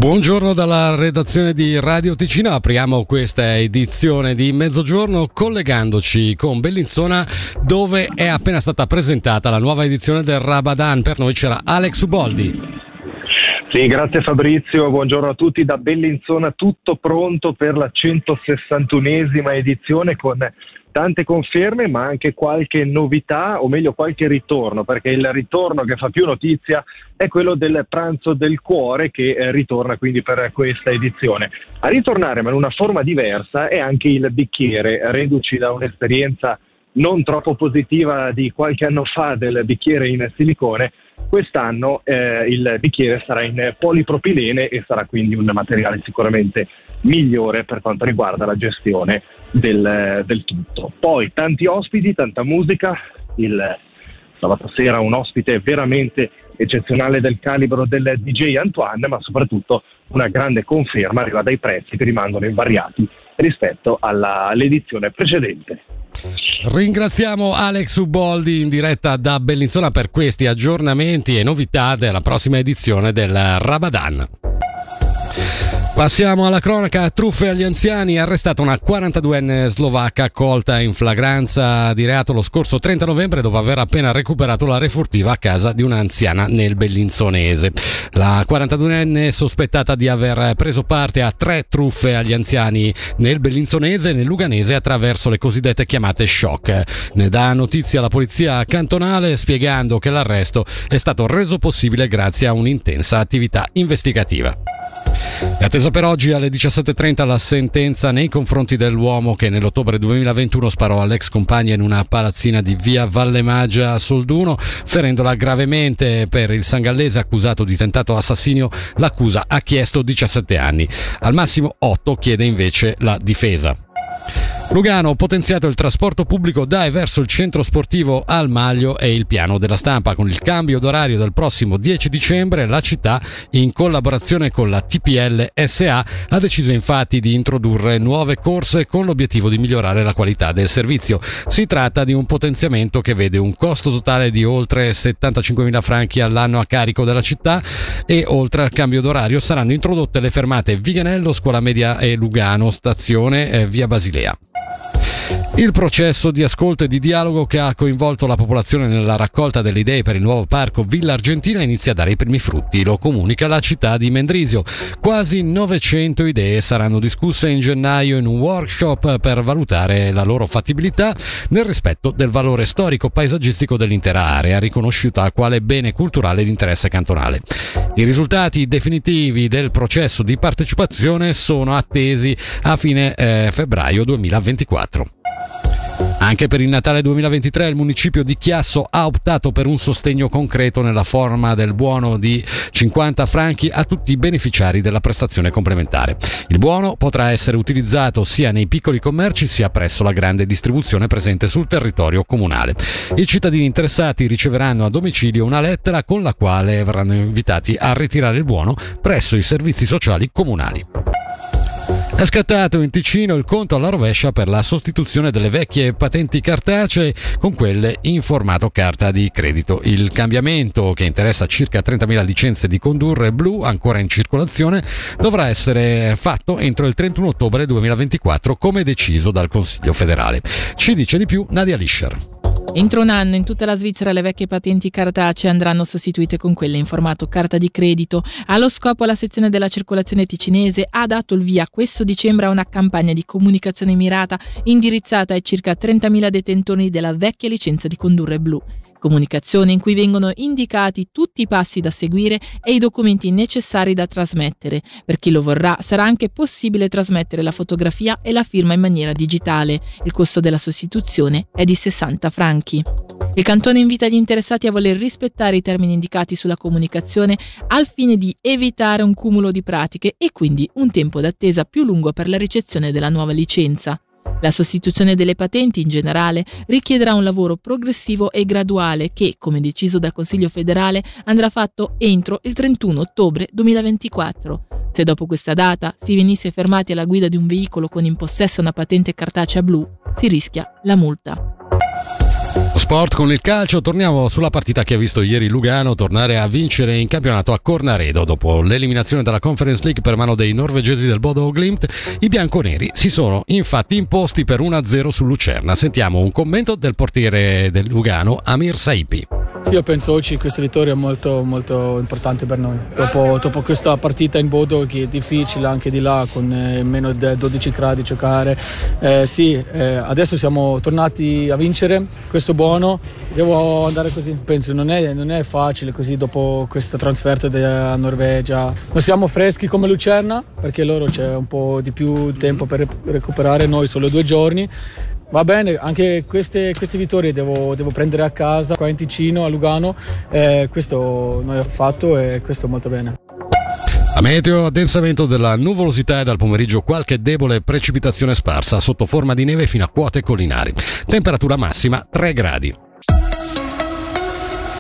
Buongiorno dalla redazione di Radio Ticino, apriamo questa edizione di Mezzogiorno collegandoci con Bellinzona, dove è appena stata presentata la nuova edizione del Rabadan. Per noi c'era Alex Uboldi. Sì, grazie Fabrizio, buongiorno a tutti da Bellinzona, tutto pronto per la 161esima edizione con tante conferme ma anche qualche novità, o meglio qualche ritorno, perché il ritorno che fa più notizia è quello del pranzo del cuore che ritorna quindi per questa edizione. A ritornare ma in una forma diversa è anche il bicchiere, reduci da un'esperienza non troppo positiva di qualche anno fa del bicchiere in silicone. Quest'anno il bicchiere sarà in polipropilene e sarà quindi un materiale sicuramente migliore per quanto riguarda la gestione del tutto. Poi tanti ospiti, tanta musica, il sabato sera un ospite veramente eccezionale del calibro del DJ Antoine, ma soprattutto una grande conferma arriva dai prezzi che rimangono invariati rispetto all'edizione precedente. Ringraziamo Alex Uboldi in diretta da Bellinzona per questi aggiornamenti e novità della prossima edizione del Rabadan. Passiamo alla cronaca. Truffe agli anziani. Arrestata una 42enne slovacca colta in flagranza di reato lo scorso 30 novembre dopo aver appena recuperato la refurtiva a casa di un'anziana nel bellinzonese. La 42enne è sospettata di aver preso parte a 3 truffe agli anziani nel bellinzonese e nel luganese attraverso le cosiddette chiamate shock. Ne dà notizia la polizia cantonale spiegando che l'arresto è stato reso possibile grazie a un'intensa attività investigativa. È attesa per oggi alle 17:30 la sentenza nei confronti dell'uomo che nell'ottobre 2021 sparò all'ex compagna in una palazzina di via Valle Maggia a Solduno, ferendola gravemente. Per il sangallese accusato di tentato assassinio l'accusa ha chiesto 17 anni, al massimo 8 chiede invece la difesa. Lugano, potenziato il trasporto pubblico da e verso il centro sportivo al Maglio e il piano della Stampa. Con il cambio d'orario del prossimo 10 dicembre la città, in collaborazione con la TPL SA, ha deciso infatti di introdurre nuove corse con l'obiettivo di migliorare la qualità del servizio. Si tratta di un potenziamento che vede un costo totale di oltre 75.000 franchi all'anno a carico della città e oltre al cambio d'orario saranno introdotte le fermate Viganello, Scuola Media e Lugano, stazione via Basilea. Il processo di ascolto e di dialogo che ha coinvolto la popolazione nella raccolta delle idee per il nuovo parco Villa Argentina inizia a dare i primi frutti, lo comunica la città di Mendrisio. Quasi 900 idee saranno discusse in gennaio in un workshop per valutare la loro fattibilità nel rispetto del valore storico-paesaggistico dell'intera area, riconosciuta quale bene culturale di interesse cantonale. I risultati definitivi del processo di partecipazione sono attesi a fine febbraio 2024. Anche per il Natale 2023 il municipio di Chiasso ha optato per un sostegno concreto nella forma del buono di 50 franchi a tutti i beneficiari della prestazione complementare. Il buono potrà essere utilizzato sia nei piccoli commerci sia presso la grande distribuzione presente sul territorio comunale. I cittadini interessati riceveranno a domicilio una lettera con la quale verranno invitati a ritirare il buono presso i servizi sociali comunali. È scattato in Ticino il conto alla rovescia per la sostituzione delle vecchie patenti cartacee con quelle in formato carta di credito. Il cambiamento, che interessa circa 30.000 licenze di condurre blu ancora in circolazione, dovrà essere fatto entro il 31 ottobre 2024 come deciso dal Consiglio federale. Ci dice di più Nadia Lischer. Entro un anno in tutta la Svizzera le vecchie patenti cartacee andranno sostituite con quelle in formato carta di credito. Allo scopo la sezione della circolazione ticinese ha dato il via questo dicembre a una campagna di comunicazione mirata indirizzata ai circa 30.000 detentori della vecchia licenza di condurre blu. Comunicazione in cui vengono indicati tutti i passi da seguire e i documenti necessari da trasmettere. Per chi lo vorrà sarà anche possibile trasmettere la fotografia e la firma in maniera digitale. Il costo della sostituzione è di 60 franchi. Il cantone invita gli interessati a voler rispettare i termini indicati sulla comunicazione al fine di evitare un cumulo di pratiche e quindi un tempo d'attesa più lungo per la ricezione della nuova licenza. La sostituzione delle patenti in generale richiederà un lavoro progressivo e graduale che, come deciso dal Consiglio federale, andrà fatto entro il 31 ottobre 2024. Se dopo questa data si venisse fermati alla guida di un veicolo con in possesso una patente cartacea blu, si rischia la multa. Sport con il calcio, torniamo sulla partita che ha visto ieri Lugano tornare a vincere in campionato a Cornaredo. Dopo l'eliminazione dalla Conference League per mano dei norvegesi del Bodo Glimt, i bianconeri si sono infatti imposti per 1-0 su Lucerna. Sentiamo un commento del portiere del Lugano, Amir Saipi. Sì, io penso oggi questa vittoria è molto molto importante per noi. Dopo questa partita in Bodo, che è difficile anche di là, con meno di 12 gradi giocare, adesso siamo tornati a vincere, questo è buono, devo andare così. Penso non è facile così dopo questa trasferta della Norvegia. Non siamo freschi come Lucerna, perché loro c'è un po' di più tempo per recuperare, noi solo 2 giorni. Va bene, anche queste vittorie devo prendere a casa, qua in Ticino, a Lugano, questo noi abbiamo fatto e questo molto bene. A meteo, addensamento della nuvolosità e dal pomeriggio qualche debole precipitazione sparsa sotto forma di neve fino a quote collinari. Temperatura massima 3 gradi.